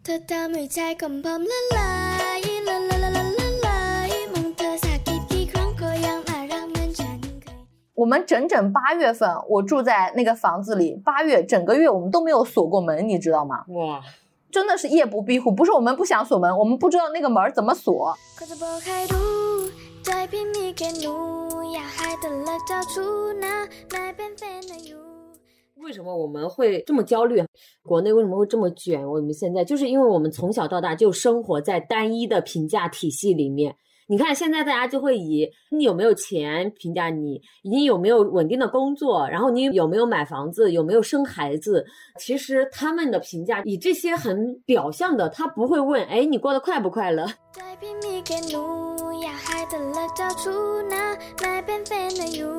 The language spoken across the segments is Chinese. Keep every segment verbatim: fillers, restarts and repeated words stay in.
เธอทำให้ใจของผมละลายละละละละละลายมองเธอสักกี่กี่ครั้งก็ยังน่ารักเหมือนฉันเคย。 我们整整八月份，我住在那个房子里，八月整个月我们都没有锁过门，你知道吗？ 哇， 真的是夜不闭户，不是我们不想锁门，我们不知道那个门怎么锁。 ก็จะบอกให้รู้ใจพี่มีแค่หนูอยากให้เธอเลิกเจ้าชู้นะนายเป็นแฟนอายุ为什么我们会这么焦虑？国内为什么会这么卷？我们现在就是因为我们从小到大就生活在单一的评价体系里面。你看现在大家就会以你有没有钱评价你，你有没有稳定的工作，然后你有没有买房子，有没有生孩子。其实他们的评价以这些很表象的，他不会问哎你过得快不快乐。 ใจพี่มีแค่หนูอยากให้เธอเลิกเจ้าชู้นะนายเป็นแฟนอายุ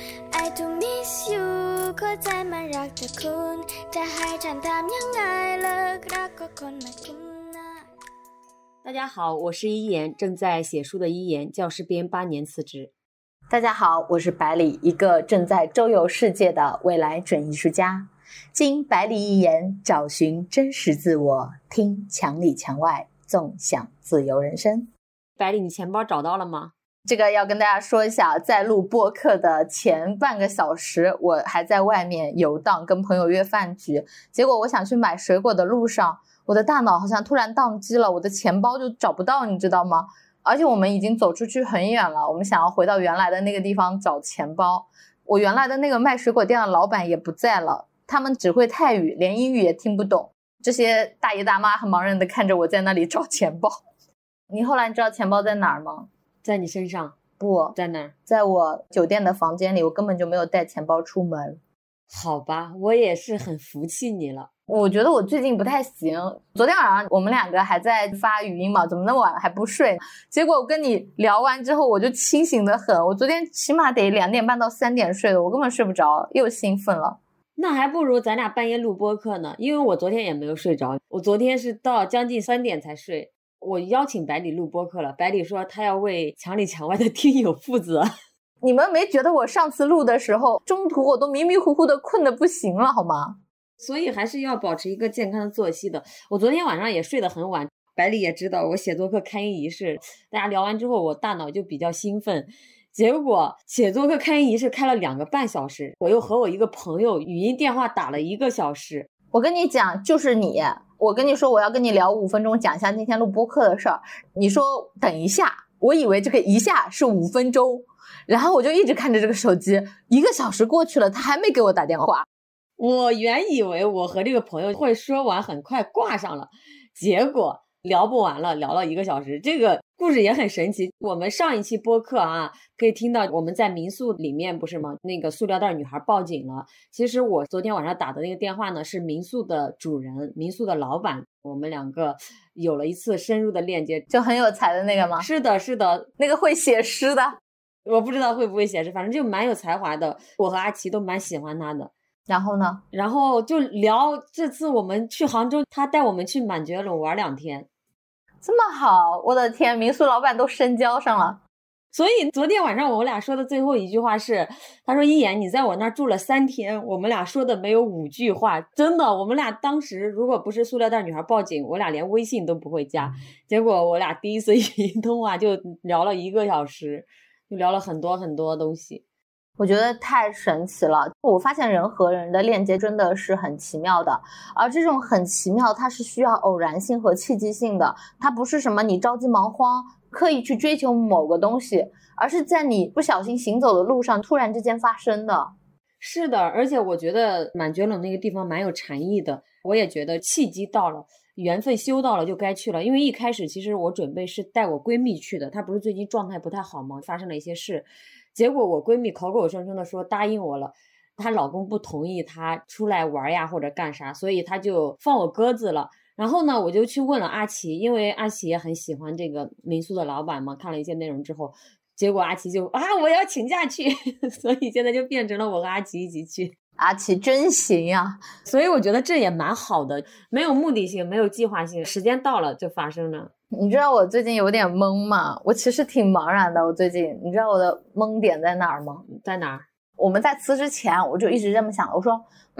I do miss you เข้าใจมันรักแต่คุณจะให้ฉันทำยังไงเลิกรักก็คนไม่คุ้นหน้า大家好，我是一言，正在写书的一言，教师编八年辞职。 大家好，我是百里，一个正在周游世界的未来准艺术家。经百里一言，找寻真实自我，听墙里墙外，纵享自由人生。 百里，你钱包找到了吗？ 这个要跟大家说一下，在录播客的前半个小时，我还在外面游荡，跟朋友约饭局。结果我想去买水果的路上，我的大脑好像突然宕机了，我的钱包就找不到，你知道吗？而且我们已经走出去很远了，我们想要回到原来的那个地方找钱包。我原来的那个卖水果店的老板也不在了，他们只会泰语，连英语也听不懂。这些大爷大妈很茫然的看着我在那里找钱包。你后来你知道钱包在哪儿吗？ 在你身上？ 不在哪儿？ 在我酒店的房间里，我根本就没有带钱包出门。 好吧，我也是很服气你了。 我觉得我最近不太行，昨天晚上我们两个还在发语音嘛，怎么那么晚了还不睡？结果我跟你聊完之后我就清醒得很，我昨天起码得两点半到三点睡的，我根本睡不着，又兴奋了。 那还不如咱俩半夜录播客呢，因为我昨天也没有睡着，我昨天是到将近三点才睡。我邀请百里录播客了，百里说他要为墙里墙外的听友负责。 你们没觉得我上次录的时候中途我都迷迷糊糊的困得不行了好吗？ 所以还是要保持一个健康的作息的。我昨天晚上也睡得很晚，百里也知道我写作课开音仪式，大家聊完之后我大脑就比较兴奋，结果写作课开音仪式开了两个半小时，我又和我一个朋友语音电话打了一个小时。 我跟你讲，就是你，我跟你说我要跟你聊五分钟，讲一下今天录播课的事儿，你说等一下，我以为这个一下是五分钟，然后我就一直看着这个手机，一个小时过去了，他还没给我打电话。 我原以为我和这个朋友会说完很快挂上了，结果聊不完了，聊了一个小时。这个故事也很神奇，我们上一期播客啊可以听到我们在民宿里面不是吗，那个塑料袋女孩报警了。其实我昨天晚上打的那个电话呢是民宿的主人，民宿的老板，我们两个有了一次深入的链接。 就很有才的那个吗？ 是的是的， 那个会写诗的。 我不知道会不会写诗，反正就蛮有才华的，我和阿奇都蛮喜欢他的。 然后呢？ 然后就聊这次我们去杭州，他带我们去满觉陇玩两天。 这么好，我的天，民宿老板都深交上了。 所以昨天晚上我们俩说的最后一句话是，他说一言你在我那儿住了三天，我们俩说的没有五句话，真的，我们俩当时如果不是塑料袋女孩报警，我俩连微信都不会加，结果我俩第一次语音通话就聊了一个小时，就聊了很多很多东西。 我觉得太神奇了，我发现人和人的链接真的是很奇妙的，而这种很奇妙它是需要偶然性和契机性的，它不是什么你着急忙慌刻意去追求某个东西，而是在你不小心行走的路上突然之间发生的。 是的，而且我觉得满觉陇那个地方蛮有禅意的，我也觉得契机到了，缘分修到了就该去了。因为一开始其实我准备是带我闺蜜去的，她不是最近状态不太好吗，发生了一些事，结果我闺蜜口口声声的说答应我了，她老公不同意她出来玩呀或者干啥，所以她就放我鸽子了。然后呢我就去问了阿奇，因为阿奇也很喜欢这个民宿的老板嘛，看了一些内容之后，结果阿奇就啊我要请假去所以现在就变成了我和阿奇一起去。 阿奇真行呀， 所以我觉得这也蛮好的，没有目的性，没有计划性，时间到了就发生了。 你知道我最近有点懵吗？我其实挺茫然的，我最近你知道我的懵点在哪儿吗？ 在哪儿？ 我们在辞职前我就一直这么想，我说嗯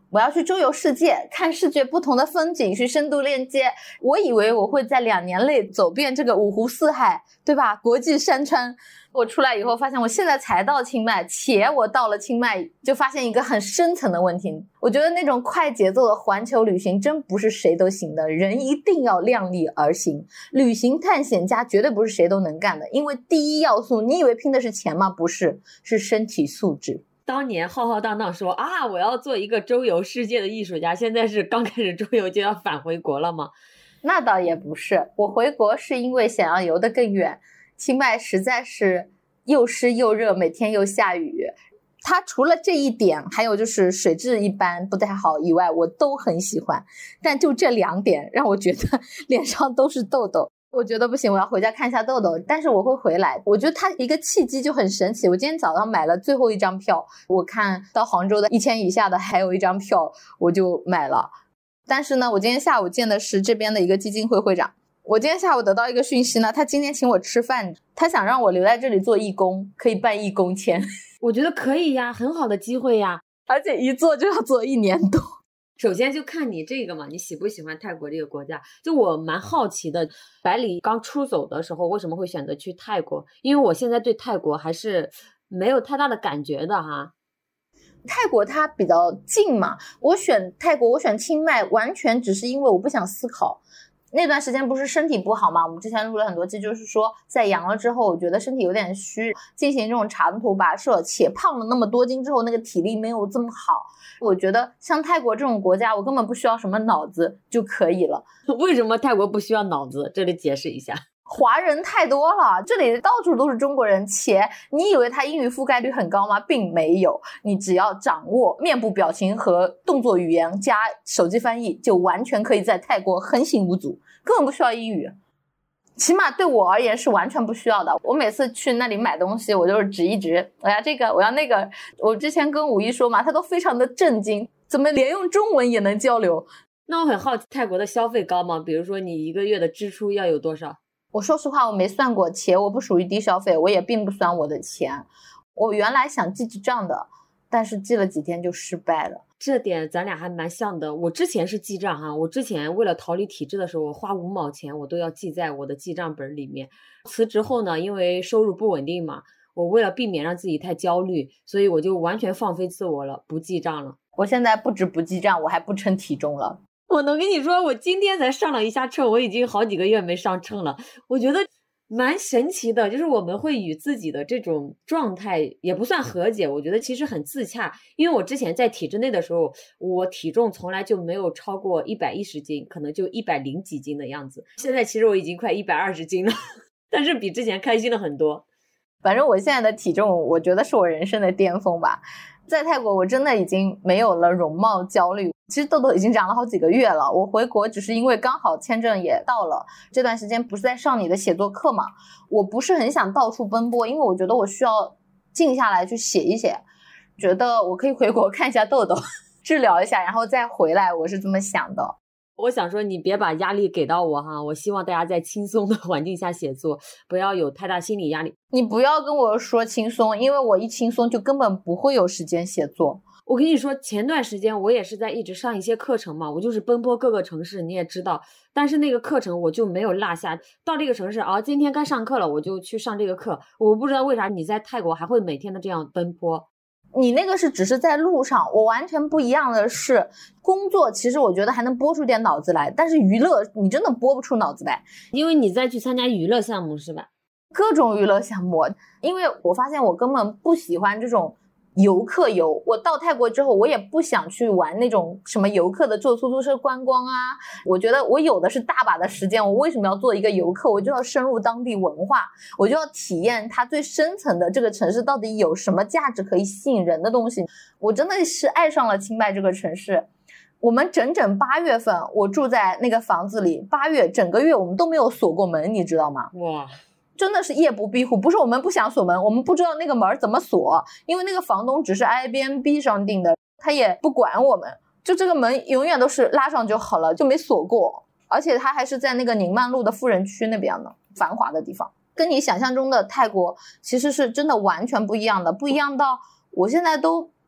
我要去周游世界，看世界不同的风景，去深度链接。我以为我会在两年内走遍这个五湖四海，对吧？国际山川。我出来以后发现我现在才到清迈，且我到了清迈就发现一个很深层的问题。我觉得那种快节奏的环球旅行真不是谁都行的，人一定要量力而行。旅行探险家绝对不是谁都能干的，因为第一要素，你以为拼的是钱吗？不是，是身体素质。 当年浩浩荡荡说啊，我要做一个周游世界的艺术家，现在是刚开始周游就要返回国了吗？ 那倒也不是，我回国是因为想要游得更远。清迈实在是又湿又热，每天又下雨。它除了这一点，还有就是水质一般不太好以外，我都很喜欢。但就这两点让我觉得脸上都是痘痘。我觉得不行，我要回家看一下豆豆，但是我会回来。我觉得它一个契机就很神奇。我今天早上买了最后一张票，我看到杭州的一千以下的还有一张票，我就买了。但是呢，我今天下午见的是这边的一个基金会会长。我今天下午得到一个讯息呢，他今天请我吃饭，他想让我留在这里做义工，可以办义工签。 我觉得可以呀，很好的机会呀， 而且一做就要做一年多。 首先就看你这个嘛，你喜不喜欢泰国这个国家？就我蛮好奇的，百里刚出走的时候为什么会选择去泰国？因为我现在对泰国还是没有太大的感觉的哈。 泰国它比较近嘛，我选泰国，我选清迈，完全只是因为我不想思考。那段时间不是身体不好嘛，我们之前录了很多期，就是说在阳了之后，我觉得身体有点虚，进行这种长途跋涉，且胖了那么多斤之后，那个体力没有这么好。我觉得像泰国这种国家，我根本不需要什么脑子就可以了。 为什么泰国不需要脑子？这里解释一下。 华人太多了，这里到处都是中国人，且你以为他英语覆盖率很高吗？并没有，你只要掌握面部表情和动作语言加手机翻译，就完全可以在泰国横行无阻，根本不需要英语。起码对我而言是完全不需要的。我每次去那里买东西，我就是指一指，我要这个，我要那个。我之前跟五一说嘛，他都非常的震惊，怎么连用中文也能交流？ 那我很好奇，泰国的消费高吗？比如说你一个月的支出要有多少？ 我说实话，我没算过，且我不属于低消费，我也并不算我的钱。我原来想记记账的，但是记了几天就失败了。 这点咱俩还蛮像的。我之前是记账哈，我之前为了逃离体制的时候，我花五毛钱我都要记在我的记账本里面。辞职后呢，因为收入不稳定嘛，我为了避免让自己太焦虑，所以我就完全放飞自我了，不记账了。 我现在不止不记账，我还不称体重了。 我能跟你说，我今天才上了一下秤，我已经好几个月没上秤了。我觉得蛮神奇的，就是我们会与自己的这种状态也不算和解，我觉得其实很自洽。因为我之前在体制内的时候，我体重从来就没有超过一百一十斤，可能就一百零几斤的样子。现在其实我已经快一百二十斤了，但是比之前开心了很多。 反正我现在的体重，我觉得是我人生的巅峰吧。在泰国我真的已经没有了容貌焦虑，其实痘痘已经长了好几个月了。我回国只是因为刚好签证也到了，这段时间不是在上你的写作课嘛，我不是很想到处奔波，因为我觉得我需要静下来去写一写，觉得我可以回国看一下痘痘治疗一下，然后再回来，我是这么想的。 我想说你别把压力给到我哈，我希望大家在轻松的环境下写作，不要有太大心理压力。 你不要跟我说轻松，因为我一轻松就根本不会有时间写作。 我跟你说，前段时间我也是在一直上一些课程嘛，我就是奔波各个城市，你也知道，但是那个课程我就没有落下。到这个城市啊，今天该上课了，我就去上这个课。我不知道为啥你在泰国还会每天的这样奔波。 你那个是只是在路上，我完全不一样的是，工作其实我觉得还能拨出点脑子来，但是娱乐你真的拨不出脑子来， 因为你再去参加娱乐项目是吧？ 各种娱乐项目，因为我发现我根本不喜欢这种游客游。我到泰国之后，我也不想去玩那种什么游客的坐出租车观光啊。我觉得我有的是大把的时间，我为什么要做一个游客？我就要深入当地文化，我就要体验它最深层的这个城市到底有什么价值可以吸引人的东西。我真的是爱上了清迈这个城市。我们整整八月份，我住在那个房子里，八月整个月我们都没有锁过门，你知道吗？ 哇！ 真的是夜不闭户，不是我们不想锁门，我们不知道那个门怎么锁，因为那个房东只是 Airbnb 上订的，他也不管我们，就这个门永远都是拉上就好了，就没锁过。而且他还是在那个宁曼路的富人区那边的繁华的地方，跟你想象中的泰国其实是真的完全不一样的，不一样到我现在都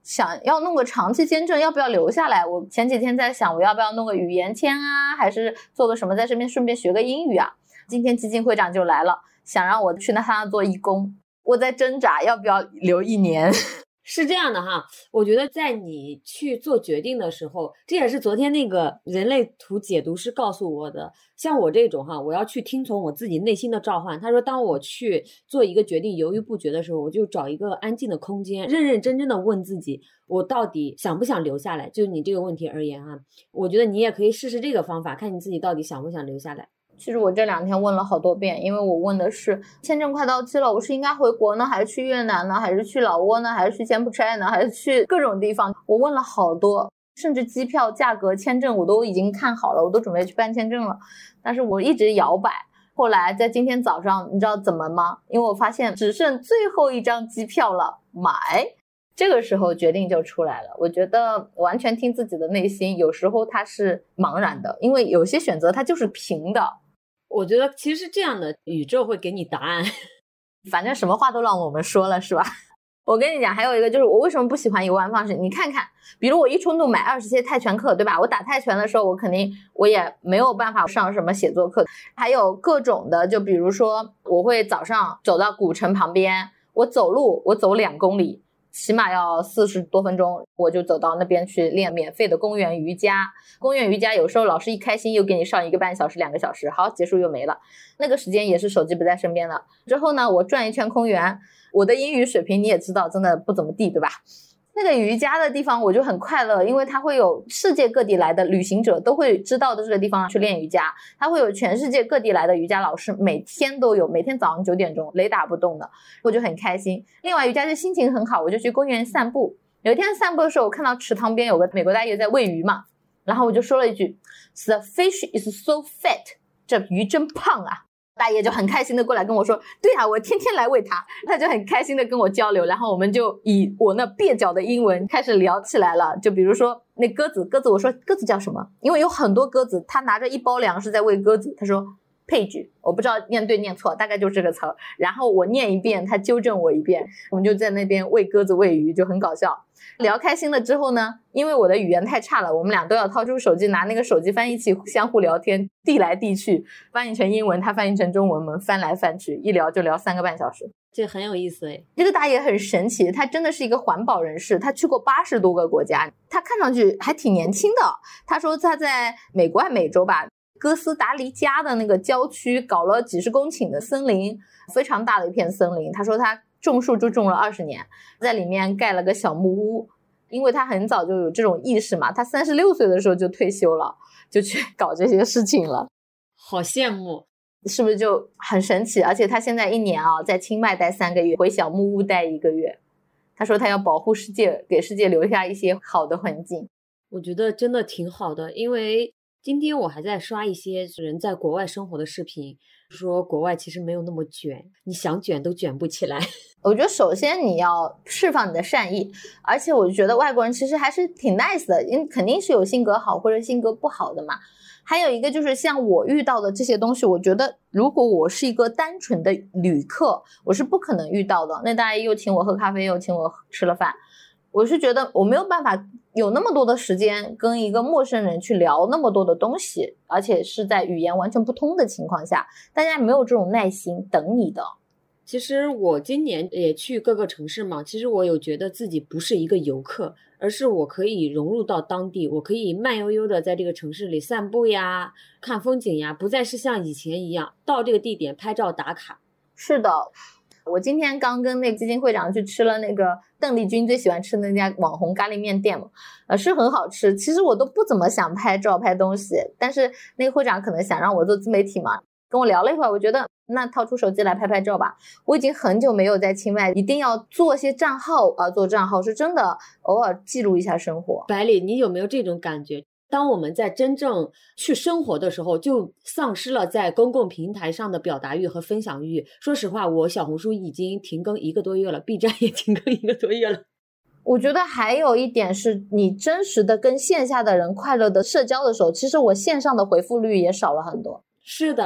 想要弄个长期签证，要不要留下来？我前几天在想，我要不要弄个语言签啊，还是做个什么在这边顺便学个英语啊？今天基金会长就来了，想让我去那他那做义工，我在挣扎要不要留一年。 是这样的哈，我觉得在你去做决定的时候，这也是昨天那个人类图解读师告诉我的。像我这种哈，我要去听从我自己内心的召唤。他说，当我去做一个决定犹豫不决的时候，我就找一个安静的空间，认认真真的问自己，我到底想不想留下来。就你这个问题而言哈，我觉得你也可以试试这个方法，看你自己到底想不想留下来。 其实我这两天问了好多遍，因为我问的是签证快到期了，我是应该回国呢，还是去越南呢，还是去老挝呢，还是去柬埔寨呢，还是去各种地方？我问了好多，甚至机票价格、签证我都已经看好了，我都准备去办签证了，但是我一直摇摆。后来在今天早上，你知道怎么吗？因为我发现只剩最后一张机票了，买。这个时候决定就出来了。我觉得完全听自己的内心，有时候它是茫然的，因为有些选择它就是平的。 我觉得其实这样的宇宙会给你答案， 反正什么话都让我们说了，是吧？我跟你讲，还有一个就是我为什么不喜欢游玩方式？你看看，比如我一冲动买二十节泰拳课，对吧？我打泰拳的时候，我肯定我也没有办法上什么写作课，还有各种的，就比如说我会早上走到古城旁边，我走路，我走两公里。起码要四十多分钟，我就走到那边去练免费的公园瑜伽。公园瑜伽有时候老师一开心又给你上一个半小时两个小时，好，结束又没了。那个时间也是手机不在身边了。之后呢，我转一圈公园，我的英语水平你也知道真的不怎么地，对吧？那个瑜伽的地方我就很快乐，因为它会有世界各地来的旅行者都会知道的这个地方去练瑜伽，它会有全世界各地来的瑜伽老师，每天都有，每天早上九点钟雷打不动的，我就很开心。另外瑜伽就心情很好，我就去公园散步。有一天散步的时候，我看到池塘边有个美国大爷在喂鱼嘛，然后我就说了一句 The fish is so fat， 这鱼真胖啊。大爷就很开心的过来跟我说，对啊，我天天来喂它。他就很开心的跟我交流，然后我们就以我那蹩脚的英文开始聊起来了。就比如说那鸽子，鸽子我说鸽子叫什么？因为有很多鸽子，他拿着一包粮食在喂鸽子，他说Page，我不知道念对念错，大概就是这个词儿。然后我念一遍，他纠正我一遍，我们就在那边喂鸽子喂鱼，就很搞笑。聊开心了之后呢，因为我的语言太差了，我们俩都要掏出手机，拿那个手机翻译器相互聊天，递来递去，翻译成英文，他翻译成中文，我们翻来翻去，一聊就聊三个半小时。 这很有意思诶。 这个大爷很神奇，他真的是一个环保人士，他去过八十多个国家，他看上去还挺年轻的。他说他在美国还美洲吧，哥斯达黎加的那个郊区搞了几十公顷的森林，非常大的一片森林。他说他种树就种了二十年，在里面盖了个小木屋，因为他很早就有这种意识嘛，他三十六岁的时候就退休了，就去搞这些事情了。 好羡慕， 是不是就很神奇？而且他现在一年啊，在清迈待三个月，回小木屋待一个月。他说他要保护世界，给世界留下一些好的环境。 我觉得真的挺好的，因为今天我还在刷一些人在国外生活的视频，说国外其实没有那么卷，你想卷都卷不起来。 我觉得首先你要释放你的善意，而且我觉得外国人其实还是挺 nice 的，因为肯定是有性格好或者性格不好的嘛。还有一个就是像我遇到的这些东西，我觉得如果我是一个单纯的旅客，我是不可能遇到的。那大爷又请我喝咖啡，又请我吃了饭，我是觉得我没有办法有那么多的时间跟一个陌生人去聊那么多的东西，而且是在语言完全不通的情况下，大家没有这种耐心等你的。 其实我今年也去各个城市嘛，其实我有觉得自己不是一个游客，而是我可以融入到当地，我可以慢悠悠的在这个城市里散步呀，看风景呀，不再是像以前一样到这个地点拍照打卡。 是的，我今天刚跟那个基金会长去吃了那个邓丽君最喜欢吃的那家网红咖喱面店嘛，呃，是很好吃。其实我都不怎么想拍照拍东西，但是那个会长可能想让我做自媒体嘛，跟我聊了一会儿，我觉得那掏出手机来拍拍照吧。我已经很久没有在清迈一定要做些账号啊，做账号是真的偶尔记录一下生活。 百里，你有没有这种感觉？当我们在真正去生活的时候，就丧失了在公共平台上的表达欲和分享欲。说实话，我小红书已经停更一个多月了， B 站也停更一个多月了。 我觉得还有一点是，你真实的跟线下的人快乐的社交的时候，其实我线上的回复率也少了很多。 是的，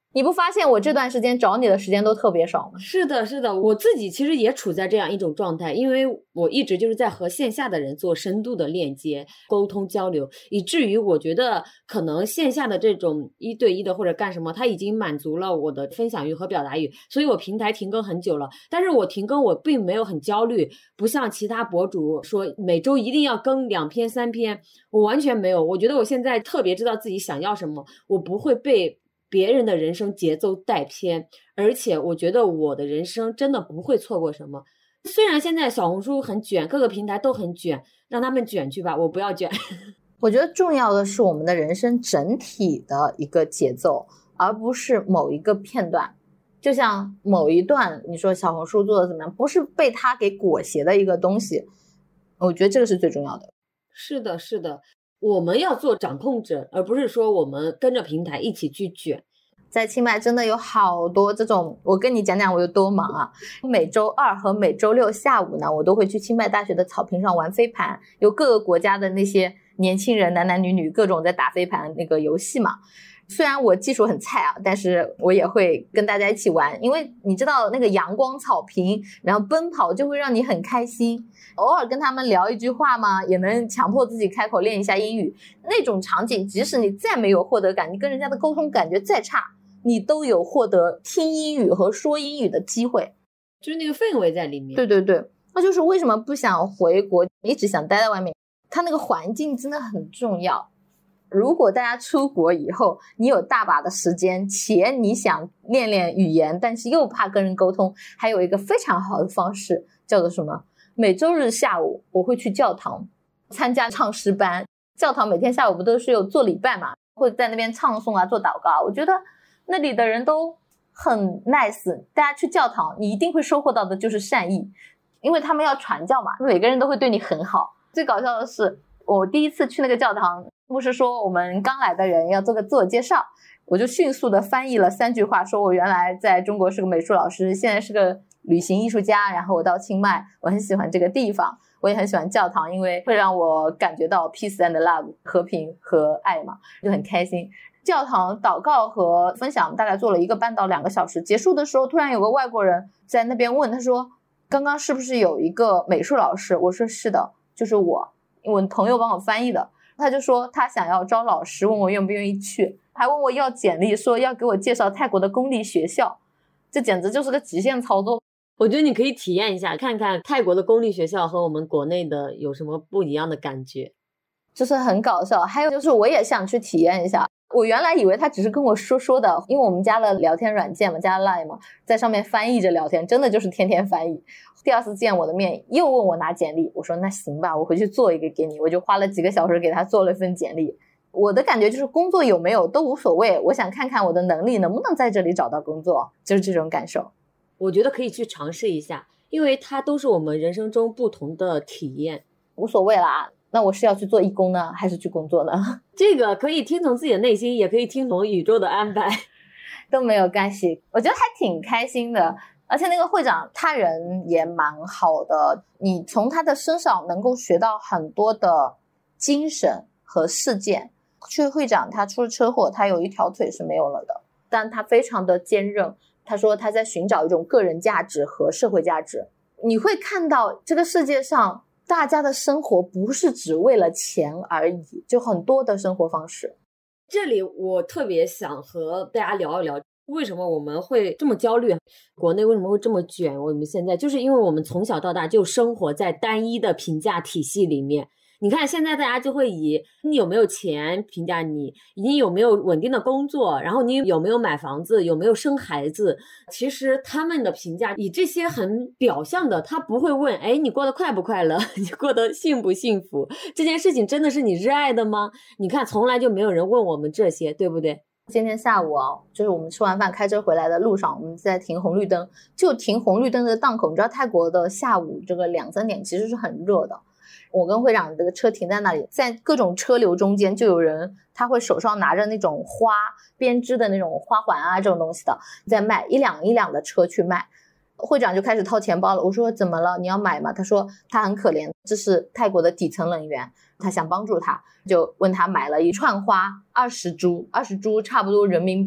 你不发现我这段时间找你的时间都特别少吗？ 是的，是的，我自己其实也处在这样一种状态，因为我一直就是在和线下的人做深度的链接、沟通交流，以至于我觉得可能线下的这种一对一的或者干什么，它已经满足了我的分享欲和表达欲，所以我平台停更很久了。但是我停更我并没有很焦虑，不像其他博主说每周一定要更两篇三篇，我完全没有。我觉得我现在特别知道自己想要什么，我不会被别人的人生节奏带偏，而且我觉得我的人生真的不会错过什么。虽然现在小红书很卷，各个平台都很卷，让他们卷去吧，我不要卷。 我觉得重要的是我们的人生整体的一个节奏，而不是某一个片段。就像某一段你说小红书做的怎么样，不是被它给裹挟的一个东西，我觉得这个是最重要的。 是的，是的，我们要做掌控者，而不是说我们跟着平台一起去卷。 在清迈真的有好多这种，我跟你讲讲我有多忙啊。每周二和每周六下午呢，我都会去清迈大学的草坪上玩飞盘，有各个国家的那些年轻人男男女女各种在打飞盘那个游戏嘛。虽然我技术很菜啊，但是我也会跟大家一起玩，因为你知道那个阳光草坪，然后奔跑就会让你很开心。偶尔跟他们聊一句话嘛，也能强迫自己开口练一下英语。那种场景，即使你再没有获得感，你跟人家的沟通感觉再差，你都有获得听英语和说英语的机会， 就是那个氛围在里面。 对对对，那就是为什么不想回国，一直想待在外面。它那个环境真的很重要。如果大家出国以后，你有大把的时间，且你想练练语言，但是又怕跟人沟通，还有一个非常好的方式，叫做什么？每周日下午我会去教堂参加唱诗班。教堂每天下午不都是有做礼拜嘛，会在那边唱诵啊，做祷告。我觉得那里的人都很 nice， 大家去教堂你一定会收获到的就是善意，因为他们要传教嘛，每个人都会对你很好。最搞笑的是我第一次去那个教堂，牧师说我们刚来的人要做个自我介绍，我就迅速的翻译了三句话，说我原来在中国是个美术老师，现在是个旅行艺术家，然后我到清迈，我很喜欢这个地方，我也很喜欢教堂，因为会让我感觉到 peace and love， 和平和爱嘛，就很开心。教堂祷告和分享大概做了一个半到两个小时，结束的时候突然有个外国人在那边问，他说刚刚是不是有一个美术老师？我说是的，就是我，我朋友帮我翻译的。他就说他想要招老师，问我愿不愿意去，还问我要简历，说要给我介绍泰国的公立学校，这简直就是个极限操作。 我觉得你可以体验一下，看看泰国的公立学校和我们国内的有什么不一样的感觉， 就是很搞笑。还有就是我也想去体验一下，我原来以为他只是跟我说说的，因为我们加了聊天软件嘛，加了 Line 嘛，在上面翻译着聊天，真的就是天天翻译。第二次见我的面又问我拿简历，我说那行吧，我回去做一个给你，我就花了几个小时给他做了一份简历。我的感觉就是工作有没有都无所谓，我想看看我的能力能不能在这里找到工作，就是这种感受。 我觉得可以去尝试一下，因为它都是我们人生中不同的体验。 无所谓啦，那我是要去做义工呢，还是去工作呢？ 这个可以听从自己的内心，也可以听从宇宙的安排， 都没有关系。我觉得还挺开心的，而且那个会长他人也蛮好的，你从他的身上能够学到很多的精神和事件。去会长他出了车祸，他有一条腿是没有了的，但他非常的坚韧。他说他在寻找一种个人价值和社会价值。你会看到这个世界上大家的生活不是只为了钱而已，就很多的生活方式。 这里我特别想和大家聊一聊，为什么我们会这么焦虑，国内为什么会这么卷，我们现在就是因为我们从小到大就生活在单一的评价体系里面。你看现在大家就会以你有没有钱评价你，你有没有稳定的工作，然后你有没有买房子，有没有生孩子。其实他们的评价以这些很表象的，他不会问哎你过得快不快乐，你过得幸不幸福，这件事情真的是你热爱的吗？你看从来就没有人问我们这些，对不对？ 今天下午啊，就是我们吃完饭开车回来的路上，我们在停红绿灯，就停红绿灯的档口。你知道泰国的下午这个两三点其实是很热的，我跟会长这个车停在那里，在各种车流中间就有人他会手上拿着那种花编织的那种花环啊这种东西的，在卖一辆一辆的车去卖。会长就开始掏钱包了，我说怎么了，你要买吗？他说他很可怜，这是泰国的底层人员，他想帮助他，就问他买了一串花二十株，二十株差不多人民币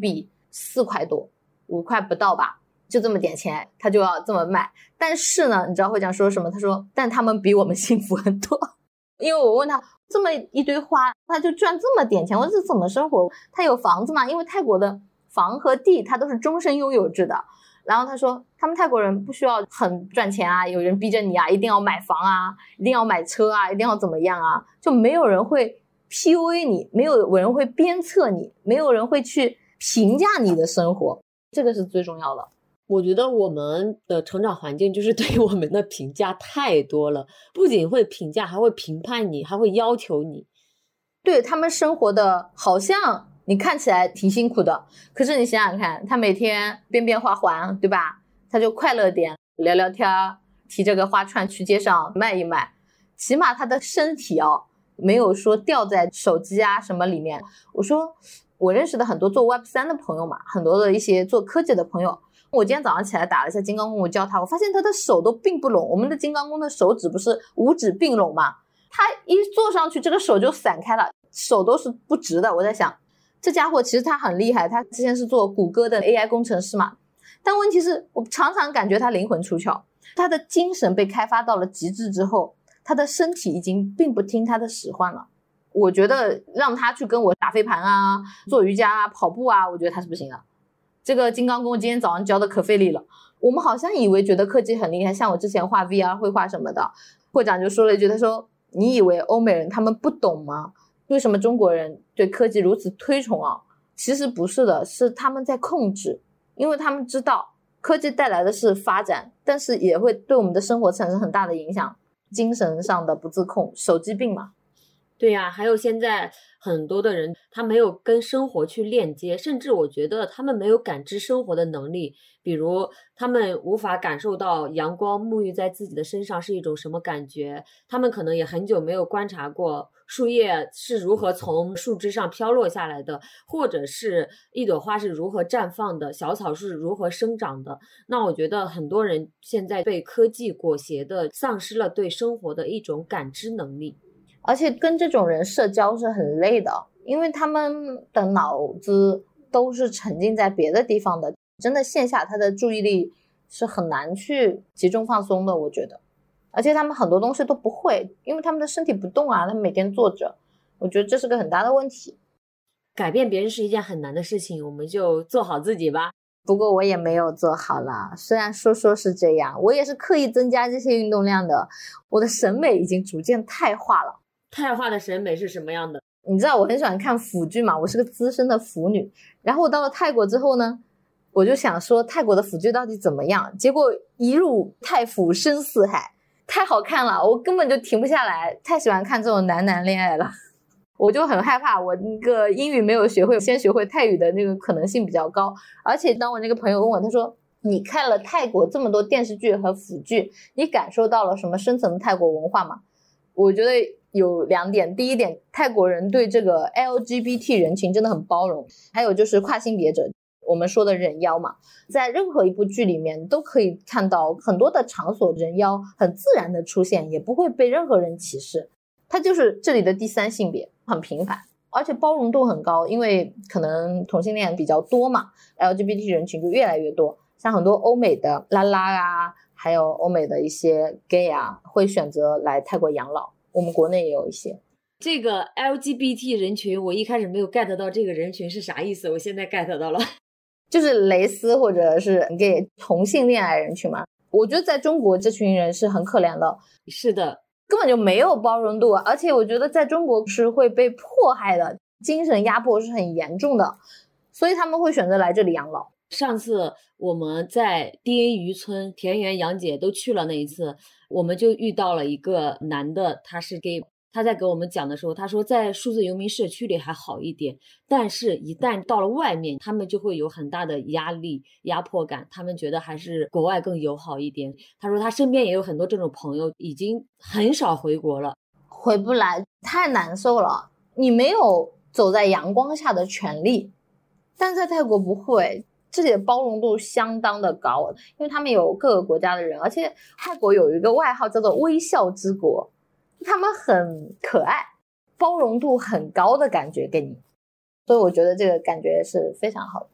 四块多，五块不到吧，就这么点钱，他就要这么卖。但是呢，你知道会长说什么？他说，但他们比我们幸福很多。因为我问他这么一堆花，他就赚这么点钱，我说这怎么生活？他有房子吗？因为泰国的房和地他都是终身拥有制的。然后他说他们泰国人不需要很赚钱啊，有人逼着你啊，一定要买房啊，一定要买车啊，一定要怎么样啊，就没有人会 P U A 你，没有人会鞭策你，没有人会去评价你的生活，这个是最重要的。 我觉得我们的成长环境就是对我们的评价太多了，不仅会评价，还会评判你，还会要求你。 对，他们生活的好像你看起来挺辛苦的，可是你想想看，他每天变变花环，对吧？他就快乐点，聊聊天，提着个花串去街上卖一卖，起码他的身体哦，没有说掉在手机啊什么里面。我说我认识的很多做 Web 三 的朋友嘛，很多的一些做科技的朋友，我今天早上起来打了一下金刚功，我教他，我发现他的手都并不拢。我们的金刚功的手指不是五指并拢吗？他一坐上去，这个手就散开了，手都是不直的。我在想，这家伙其实他很厉害，他之前是做谷歌的 A I 工程师嘛。但问题是我常常感觉他灵魂出窍，他的精神被开发到了极致之后，他的身体已经并不听他的使唤了。我觉得让他去跟我打飞盘啊，做瑜伽啊，跑步啊，我觉得他是不行的。这个金刚功今天早上教的可费力了。我们好像以为觉得科技很厉害，像我之前画 V R 绘画什么的，会长就说了一句，他说你以为欧美人他们不懂吗？为什么中国人对科技如此推崇啊？其实不是的，是他们在控制，因为他们知道科技带来的是发展，但是也会对我们的生活产生很大的影响，精神上的不自控，手机病嘛。 对呀、啊，还有现在很多的人他没有跟生活去链接，甚至我觉得他们没有感知生活的能力，比如他们无法感受到阳光沐浴在自己的身上是一种什么感觉，他们可能也很久没有观察过树叶是如何从树枝上飘落下来的，或者是一朵花是如何绽放的，小草是如何生长的。那我觉得很多人现在被科技裹挟的丧失了对生活的一种感知能力。 而且跟这种人社交是很累的，因为他们的脑子都是沉浸在别的地方的，真的线下他的注意力是很难去集中放松的，我觉得。而且他们很多东西都不会，因为他们的身体不动啊，他们每天坐着，我觉得这是个很大的问题。 改变别人是一件很难的事情，我们就做好自己吧。 不过我也没有做好啦，虽然说说是这样，我也是刻意增加这些运动量的，我的审美已经逐渐泰化了。 泰化的审美是什么样的？ 你知道我很喜欢看腐剧嘛，我是个资深的腐女。然后我到了泰国之后呢，我就想说泰国的腐剧到底怎么样？结果一入泰腐深似海，太好看了，我根本就停不下来，太喜欢看这种男男恋爱了。我就很害怕我那个英语没有学会，先学会泰语的那个可能性比较高。而且当我那个朋友问我，他说你看了泰国这么多电视剧和腐剧，你感受到了什么深层的泰国文化吗？我觉得有两点，第一点，泰国人对这个 L G B T 人群真的很包容，还有就是跨性别者，我们说的人妖嘛，在任何一部剧里面都可以看到很多的场所人妖很自然的出现，也不会被任何人歧视，它就是这里的第三性别，很平凡，而且包容度很高，因为可能同性恋比较多嘛， L G B T 人群就越来越多，像很多欧美的拉拉啊，还有欧美的一些 gay 啊，会选择来泰国养老，我们国内也有一些。 这个 L G B T 人群我一开始没有 get 到这个人群是啥意思，我现在 get 到了， 就是蕾丝或者是 gay 同性恋爱人群嘛。我觉得在中国这群人是很可怜的， 是的， 根本就没有包容度，而且我觉得在中国是会被迫害的，精神压迫是很严重的，所以他们会选择来这里养老。 上次我们在 D A 渔村田园杨姐都去了那一次，我们就遇到了一个男的，他是 gay， 他在给我们讲的时候，他说在数字游民社区里还好一点，但是一旦到了外面，他们就会有很大的压力压迫感，他们觉得还是国外更友好一点。他说他身边也有很多这种朋友，已经很少回国了， 回不来太难受了，你没有走在阳光下的权利。但在泰国不会，这里的包容度相当的高，因为他们有各个国家的人，而且泰国有一个外号叫做微笑之国，他们很可爱，包容度很高的感觉给你，所以我觉得这个感觉是非常好的。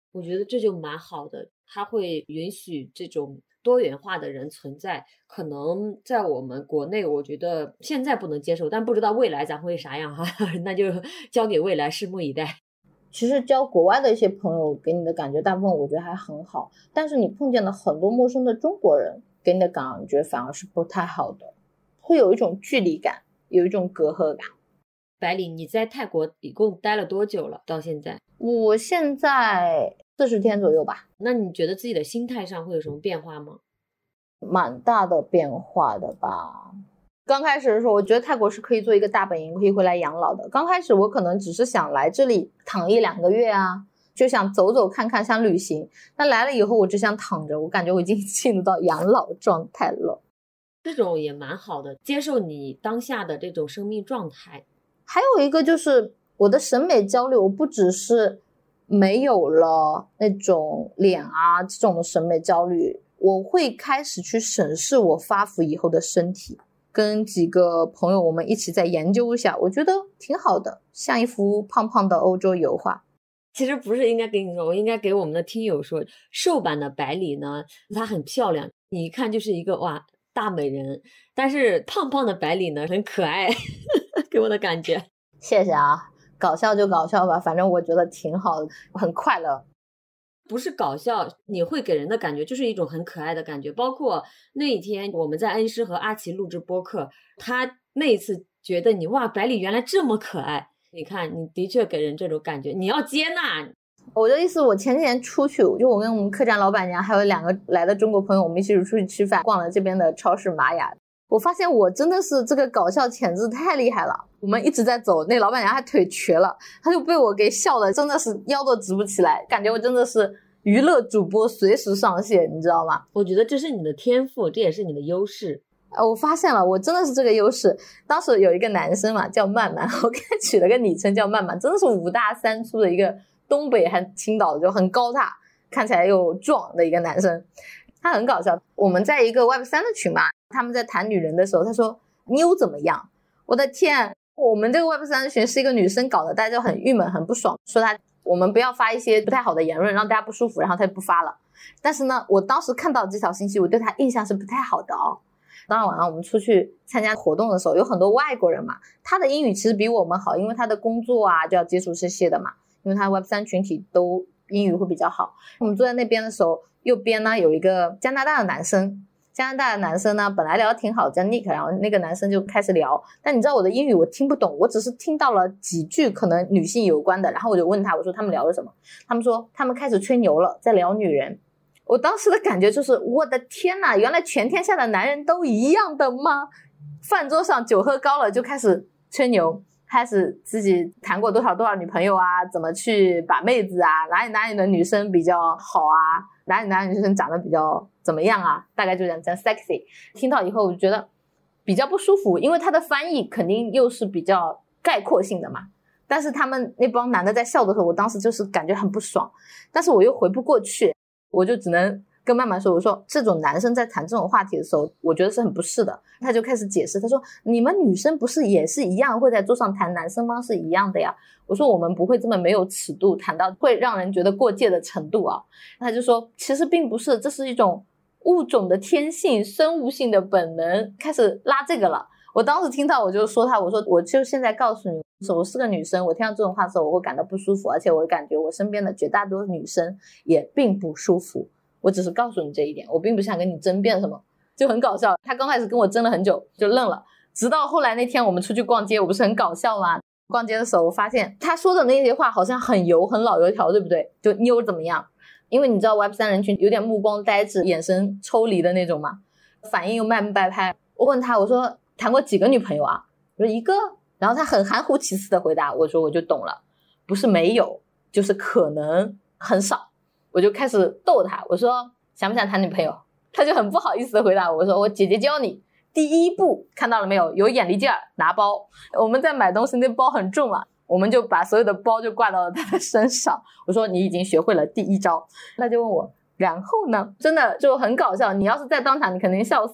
我觉得这就蛮好的，它会允许这种多元化的人存在。可能在我们国内我觉得现在不能接受，但不知道未来咱会啥样哈，那就交给未来，拭目以待。 其实交国外的一些朋友给你的感觉大部分我觉得还很好，但是你碰见了很多陌生的中国人，给你的感觉反而是不太好的，会有一种距离感，有一种隔阂感。 百里，你在泰国一共待了多久了？到现在？ 我现在四十天左右吧。 那你觉得自己的心态上会有什么变化吗？ 蛮大的变化的吧。刚开始的时候我觉得泰国是可以做一个大本营，可以回来养老的。刚开始我可能只是想来这里躺一两个月啊，就想走走看看，想旅行。那来了以后我只想躺着，我感觉我已经进入到养老状态了。 这种也蛮好的，接受你当下的这种生命状态。 还有一个就是我的审美焦虑，我不只是没有了那种脸啊这种的审美焦虑，我会开始去审视我发福以后的身体。跟几个朋友我们一起再研究一下，我觉得挺好的，像一幅胖胖的欧洲油画。 其实不是应该给你说，我应该给我们的听友说，瘦版的百里呢，她很漂亮，你一看就是一个哇大美人，但是胖胖的百里呢很可爱给我的感觉。 谢谢啊，搞笑就搞笑吧，反正我觉得挺好的，我很快乐。 不是搞笑，你会给人的感觉就是一种很可爱的感觉。包括那一天我们在恩施和阿奇录制播客，他那一次觉得你哇百里原来这么可爱，你看你的确给人这种感觉，你要接纳。 我的意思，我前几天出去，就我跟我们客栈老板娘还有两个来的中国朋友，我们一起出去吃饭，逛了这边的超市玛雅。我发现我真的是这个搞笑潜质太厉害了。我们一直在走，那老板娘还腿瘸了，她就被我给笑的真的是腰都直不起来，感觉我真的是娱乐主播随时上线，你知道吗？ 我觉得这是你的天赋，这也是你的优势。 我发现了，我真的是这个优势。当时有一个男生嘛，叫曼曼，我给他取了个昵称叫曼曼，真的是五大三粗的一个东北还青岛的，就很高大，看起来又壮的一个男生。他很搞笑，我们在一个 Web 三 的群嘛，他们在谈女人的时候，他说妞怎么样？我的天，我们这个 Web 三 的群是一个女生搞的，大家就很郁闷很不爽，说他我们不要发一些不太好的言论让大家不舒服，然后他就不发了。但是呢，我当时看到这条信息，我对他印象是不太好的哦。当天晚上我们出去参加活动的时候，有很多外国人嘛，他的英语其实比我们好，因为他的工作啊就要接触这些的嘛，因为他 Web 三 群体都英语会比较好。我们坐在那边的时候，右边呢有一个加拿大的男生，加拿大的男生呢本来聊得挺好，叫 Nick， 然后那个男生就开始聊，但你知道我的英语我听不懂，我只是听到了几句可能女性有关的，然后我就问他，我说他们聊了什么？他们说他们开始吹牛了，在聊女人。我当时的感觉就是我的天哪，原来全天下的男人都一样的吗？饭桌上酒喝高了就开始吹牛，开始自己谈过多少多少女朋友啊，怎么去把妹子啊，哪里哪里的女生比较好啊，哪里哪里女生长得比较怎么样啊，大概就这样 sexy。 听到以后我觉得比较不舒服，因为他的翻译肯定又是比较概括性的嘛，但是他们那帮男的在笑的时候，我当时就是感觉很不爽，但是我又回不过去，我就只能跟曼曼说，我说这种男生在谈这种话题的时候我觉得是很不适的。他就开始解释，他说你们女生不是也是一样会在桌上谈男生吗？是一样的呀。我说我们不会这么没有尺度谈到会让人觉得过界的程度啊。他就说其实并不是，这是一种物种的天性，生物性的本能，开始拉这个了。我当时听到我就说他，我说我就现在告诉你，我是个女生，我听到这种话的时候我会感到不舒服，而且我感觉我身边的绝大多数女生也并不舒服，我只是告诉你这一点，我并不想跟你争辩什么，就很搞笑。他刚开始跟我争了很久就愣了，直到后来那天我们出去逛街，我不是很搞笑吗？逛街的时候我发现他说的那些话好像很油很老油条，对不对？就妞怎么样，因为你知道 Web 三 人群有点目光呆滞眼神抽离的那种嘛，反应又慢半拍。我问他，我说谈过几个女朋友啊？我说一个。然后他很含糊其辞的回答，我说我就懂了，不是没有就是可能很少。我就开始逗他，我说想不想谈女朋友？他就很不好意思的回答我说我姐姐教你，第一步看到了没有，有眼力劲儿，拿包。我们在买东西，那包很重啊，我们就把所有的包就挂到了他的身上。我说你已经学会了第一招。他就问我然后呢，真的就很搞笑，你要是在当场你肯定笑死了。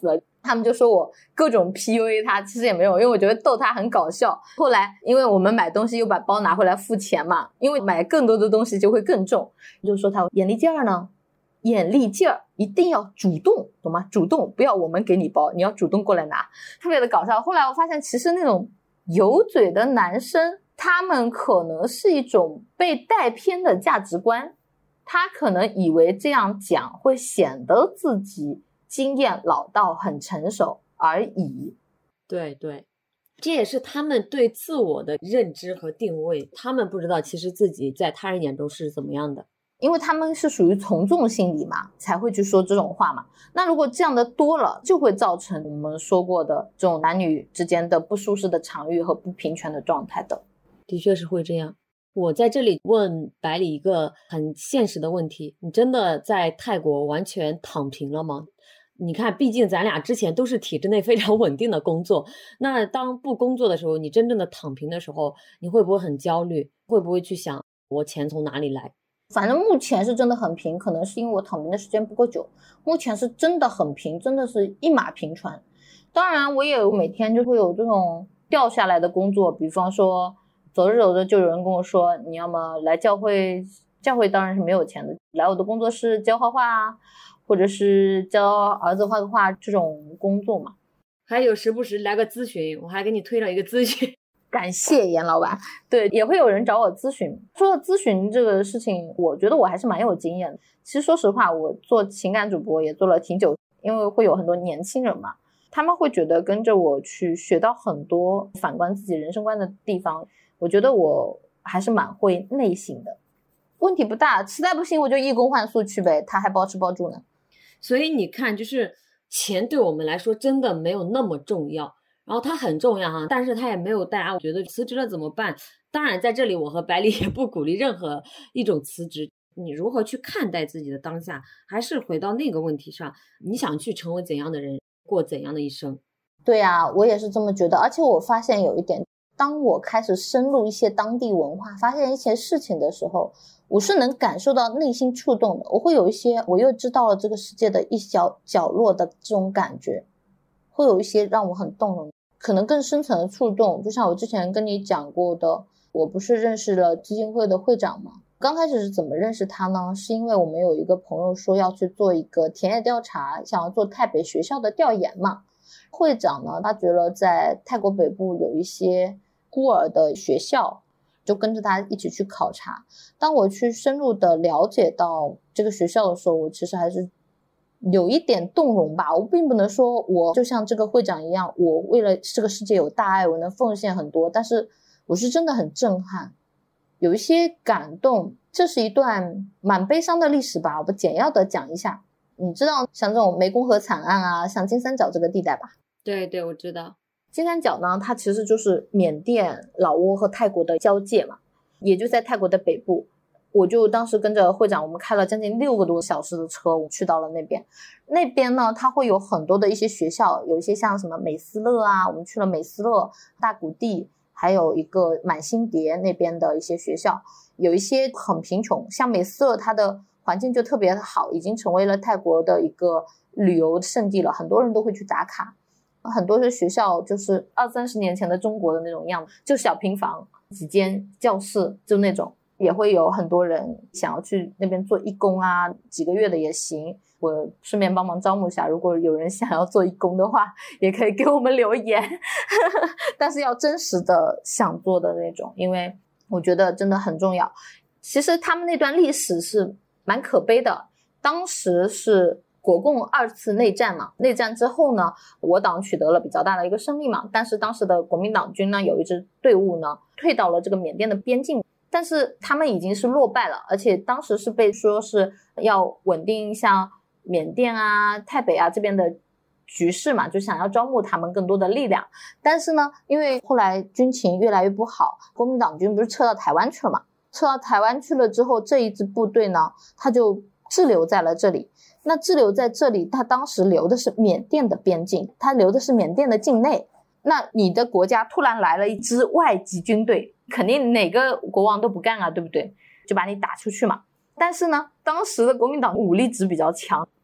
他们就说我各种 P U A 他，其实也没有，因为我觉得逗他很搞笑。后来因为我们买东西又把包拿回来付钱嘛，因为买更多的东西就会更重，就说他眼力劲儿呢，眼力劲儿一定要主动，懂吗？主动，不要我们给你包，你要主动过来拿，特别的搞笑。后来我发现其实那种油嘴的男生，他们可能是一种被带偏的价值观，他可能以为这样讲会显得自己经验老道很成熟而已。 对对，这也是他们对自我的认知和定位，他们不知道其实自己在他人眼中是怎么样的， 因为他们是属于从众心理嘛，才会去说这种话嘛。那如果这样的多了，就会造成我们说过的这种男女之间的不舒适的场域和不平权的状态的。 的确是会这样。我在这里问百里一个很现实的问题，你真的在泰国完全躺平了吗？你看毕竟咱俩之前都是体制内非常稳定的工作，那当不工作的时候，你真正的躺平的时候，你会不会很焦虑？会不会去想我钱从哪里来？ 反正目前是真的很平，可能是因为我躺平的时间不够久，目前是真的很平，真的是一马平川。当然我也有每天就会有这种掉下来的工作，比方说走着走着就有人跟我说，你要么来教会，教会当然是没有钱的，来我的工作室教画画啊，或者是教儿子画个画，这种工作嘛。 还有时不时来个咨询，我还给你推上一个咨询。 感谢严老板。对，也会有人找我咨询。说到咨询这个事情，我觉得我还是蛮有经验的。其实说实话，我做情感主播也做了挺久，因为会有很多年轻人嘛，他们会觉得跟着我去学到很多反观自己人生观的地方。我觉得我还是蛮会内省的，问题不大，实在不行我就以工换宿去呗，他还包吃包住呢。 所以你看，就是钱对我们来说真的没有那么重要，然后它很重要哈，但是它也没有大家觉得辞职了怎么办。当然在这里我和百里也不鼓励任何一种辞职，你如何去看待自己的当下，还是回到那个问题上，你想去成为怎样的人，过怎样的一生。 对啊，我也是这么觉得。而且我发现有一点，当我开始深入一些当地文化，发现一些事情的时候，我是能感受到内心触动的。我会有一些我又知道了这个世界的一小角落的这种感觉，会有一些让我很动容，可能更深层的触动。就像我之前跟你讲过的，我不是认识了基金会的会长吗？刚开始是怎么认识他呢？是因为我们有一个朋友说要去做一个田野调查，想要做泰北学校的调研嘛。会长呢，他觉得在泰国北部有一些孤儿的学校，就跟着他一起去考察。当我去深入的了解到这个学校的时候，我其实还是有一点动容吧。我并不能说我就像这个会长一样，我为了这个世界有大爱，我能奉献很多，但是我是真的很震撼，有一些感动。这是一段蛮悲伤的历史吧，我简要的讲一下。你知道像这种湄公河惨案啊，像金三角这个地带吧？ 对对，我知道。 金三角呢，它其实就是缅甸、老挝和泰国的交界嘛，也就在泰国的北部。我就当时跟着会长，我们开了将近六个多小时的车，我去到了那边。那边呢，它会有很多的一些学校，有一些像什么美思乐啊，我们去了美思乐、大谷地，还有一个满新蝶那边的一些学校。有一些很贫穷，像美思乐它的环境就特别好，已经成为了泰国的一个旅游胜地了，很多人都会去打卡。很多的学校就是二三十年前的中国的那种样子，就小平房几间教室，就那种。也会有很多人想要去那边做义工啊，几个月的也行，我顺便帮忙招募一下，如果有人想要做义工的话也可以给我们留言但是要真实的想做的那种，因为我觉得真的很重要。其实他们那段历史是蛮可悲的，当时是国共二次内战嘛，内战之后呢，我党取得了比较大的一个胜利嘛，但是当时的国民党军呢，有一支队伍呢退到了这个缅甸的边境，但是他们已经是落败了，而且当时是被说是要稳定像缅甸啊、泰北啊这边的局势嘛，就想要招募他们更多的力量。但是呢，因为后来军情越来越不好，国民党军不是撤到台湾去了嘛，撤到台湾去了之后，这一支部队呢，他就滞留在了这里。那滞留在这里，他当时留的是缅甸的边境，他留的是缅甸的境内。那你的国家突然来了一支外籍军队，肯定哪个国王都不干啊，对不对？就把你打出去嘛。但是呢，当时的国民党武力值比较强，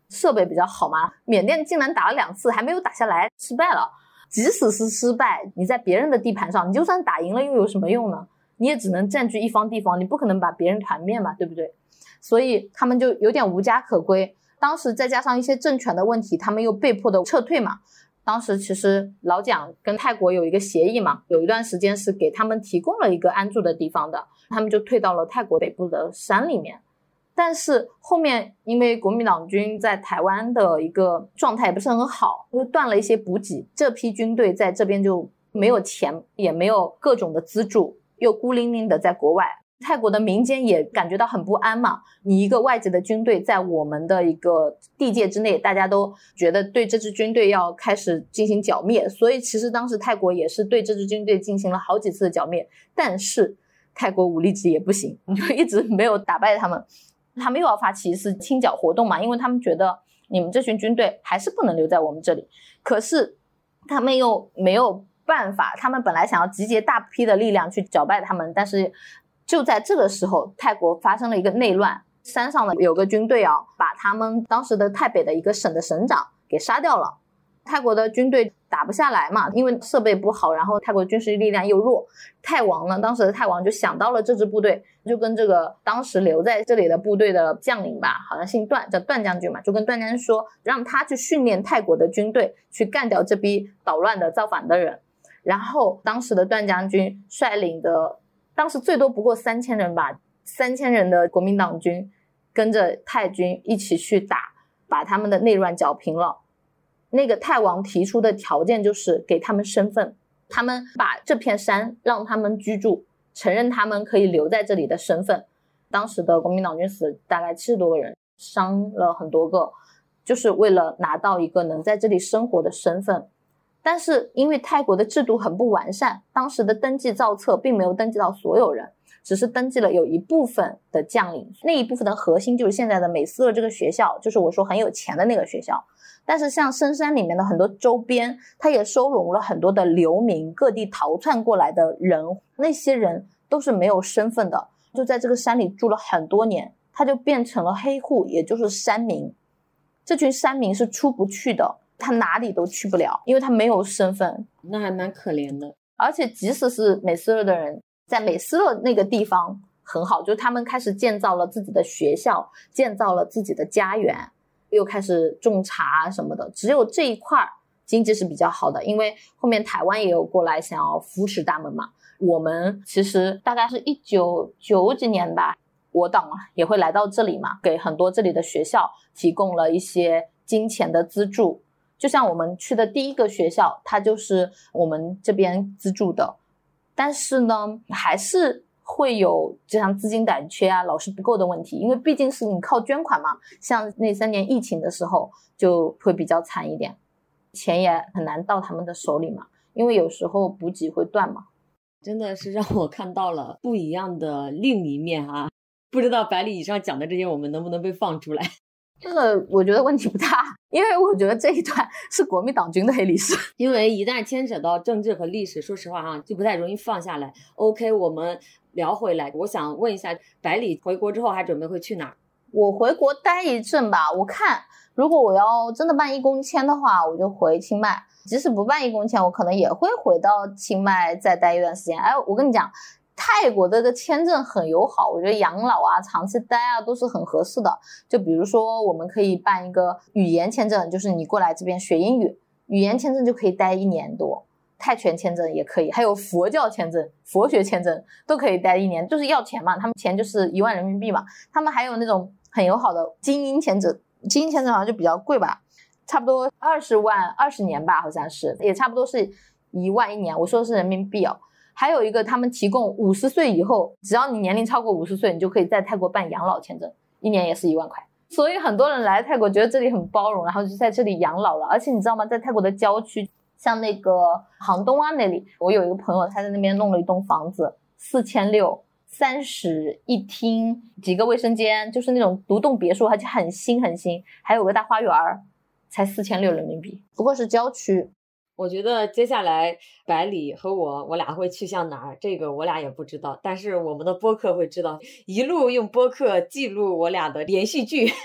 设备比较好嘛。缅甸竟然打了两次还没有打下来，失败了。即使是失败，你在别人的地盘上，你就算打赢了又有什么用呢？你也只能占据一方地方，你不可能把别人团灭嘛，对不对？所以他们就有点无家可归。当时再加上一些政权的问题，他们又被迫的撤退嘛。当时其实老蒋跟泰国有一个协议嘛，有一段时间是给他们提供了一个安住的地方的，他们就退到了泰国北部的山里面。但是后面因为国民党军在台湾的一个状态也不是很好，就断了一些补给，这批军队在这边就没有钱，也没有各种的资助，又孤零零的在国外。泰国的民间也感觉到很不安嘛，你一个外籍的军队在我们的一个地界之内，大家都觉得对这支军队要开始进行剿灭，所以其实当时泰国也是对这支军队进行了好几次的剿灭，但是泰国武力值也不行，你就一直没有打败他们。他们又要发起一次清剿活动嘛，因为他们觉得你们这群军队还是不能留在我们这里，可是他们又没有办法，他们本来想要集结大批的力量去剿败他们，但是就在这个时候泰国发生了一个内乱，山上的有个军队啊，把他们当时的泰北的一个省的省长给杀掉了。泰国的军队打不下来嘛，因为设备不好，然后泰国军事力量又弱，泰王呢，当时的泰王就想到了这支部队，就跟这个当时留在这里的部队的将领吧，好像姓段，叫段将军嘛，就跟段将军说，让他去训练泰国的军队，去干掉这批捣乱的造反的人。然后当时的段将军率领的，当时最多不过三千人吧，三千人的国民党军跟着泰军一起去打，把他们的内乱剿平了。那个泰王提出的条件就是给他们身份，他们把这片山让他们居住，承认他们可以留在这里的身份。当时的国民党军死大概七十多个人，伤了很多个，就是为了拿到一个能在这里生活的身份。但是因为泰国的制度很不完善，当时的登记造册并没有登记到所有人，只是登记了有一部分的将领，那一部分的核心就是现在的美斯乐这个学校，就是我说很有钱的那个学校。但是像深山里面的很多周边，它也收容了很多的流民，各地逃窜过来的人，那些人都是没有身份的，就在这个山里住了很多年，他就变成了黑户，也就是山民。这群山民是出不去的，他哪里都去不了，因为他没有身份。 那还蛮可怜的。 而且即使是美斯乐的人，在美斯乐那个地方很好，就是他们开始建造了自己的学校，建造了自己的家园，又开始种茶什么的，只有这一块经济是比较好的，因为后面台湾也有过来想要扶持他们嘛。我们其实大概是一九九几年吧，我党啊也会来到这里嘛，给很多这里的学校提供了一些金钱的资助。就像我们去的第一个学校，它就是我们这边资助的，但是呢还是会有就像资金短缺啊，老师不够的问题，因为毕竟是你靠捐款嘛，像那三年疫情的时候就会比较惨一点，钱也很难到他们的手里嘛，因为有时候补给会断嘛。 真的是让我看到了不一样的另一面啊！不知道百里以上讲的这些我们能不能被放出来？ 这个我觉得问题不大，因为我觉得这一段是国民党军的黑历史， 因为一旦牵扯到政治和历史，说实话哈，就不太容易放下来。OK， 我们聊回来，我想问一下，百里回国之后还准备会去哪儿？ 我回国待一阵吧，我看如果我要真的办义工签的话，我就回清迈，即使不办义工签，我可能也会回到清迈再待一段时间。哎，我跟你讲，泰国的这个签证很友好，我觉得养老啊长期待啊都是很合适的。就比如说我们可以办一个语言签证，就是你过来这边学英语，语言签证就可以待一年多，泰拳签证也可以，还有佛教签证、佛学签证都可以待一年，就是要钱嘛，他们钱就是一万人民币嘛。他们还有那种很友好的精英签证，精英签证好像就比较贵吧，差不多二十万二十年吧，好像是，也差不多是一万一年，我说的是人民币哦。还有一个他们提供五十岁以后，只要你年龄超过五十岁，你就可以在泰国办养老签证，一年也是一万块。所以很多人来泰国觉得这里很包容，然后就在这里养老了。而且你知道吗，在泰国的郊区，像那个杭东啊那里，我有一个朋友他在那边弄了一栋房子，四千六，三室一厅，几个卫生间，就是那种独栋别墅，而且很新很新，还有个大花园，才四千六人民币，不过是郊区。 我觉得接下来百里和我我俩会去向哪儿，这个我俩也不知道，但是我们的播客会知道，一路用播客记录我俩的连续剧。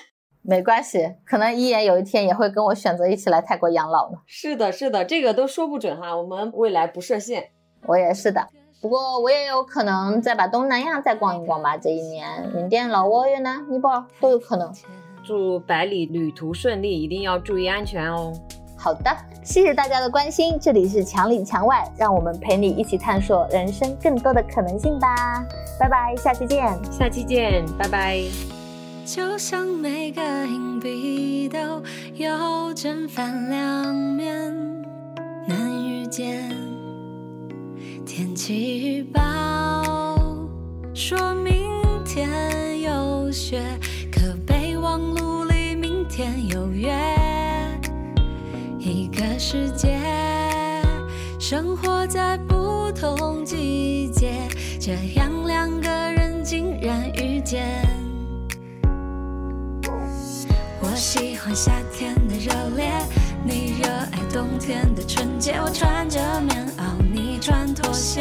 没关系，可能一言有一天也会跟我选择一起来泰国养老呢。 是的，是的，这个都说不准哈，我们未来不设限。 我也是的，不过我也有可能再把东南亚再逛一逛吧，这一年缅甸、老挝、越南、尼泊尔都有可能。 祝百里旅途顺利，一定要注意安全哦。 好的，谢谢大家的关心，这里是墙里墙外，让我们陪你一起探索人生更多的可能性吧。拜拜，下期见。 下期见，拜拜。 就像每个硬币都有正反两面，能遇见。天气预报说明天有雪，可备忘录里明天有约。一个世界，生活在不同季节，这样两个人竟然遇见。我喜欢夏天的热烈，你热爱冬天的纯洁。我穿着棉袄，你穿拖鞋。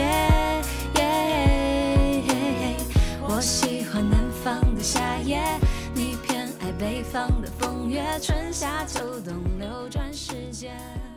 我喜欢南方的夏夜，你偏爱北方的风月。春夏秋冬流转时间。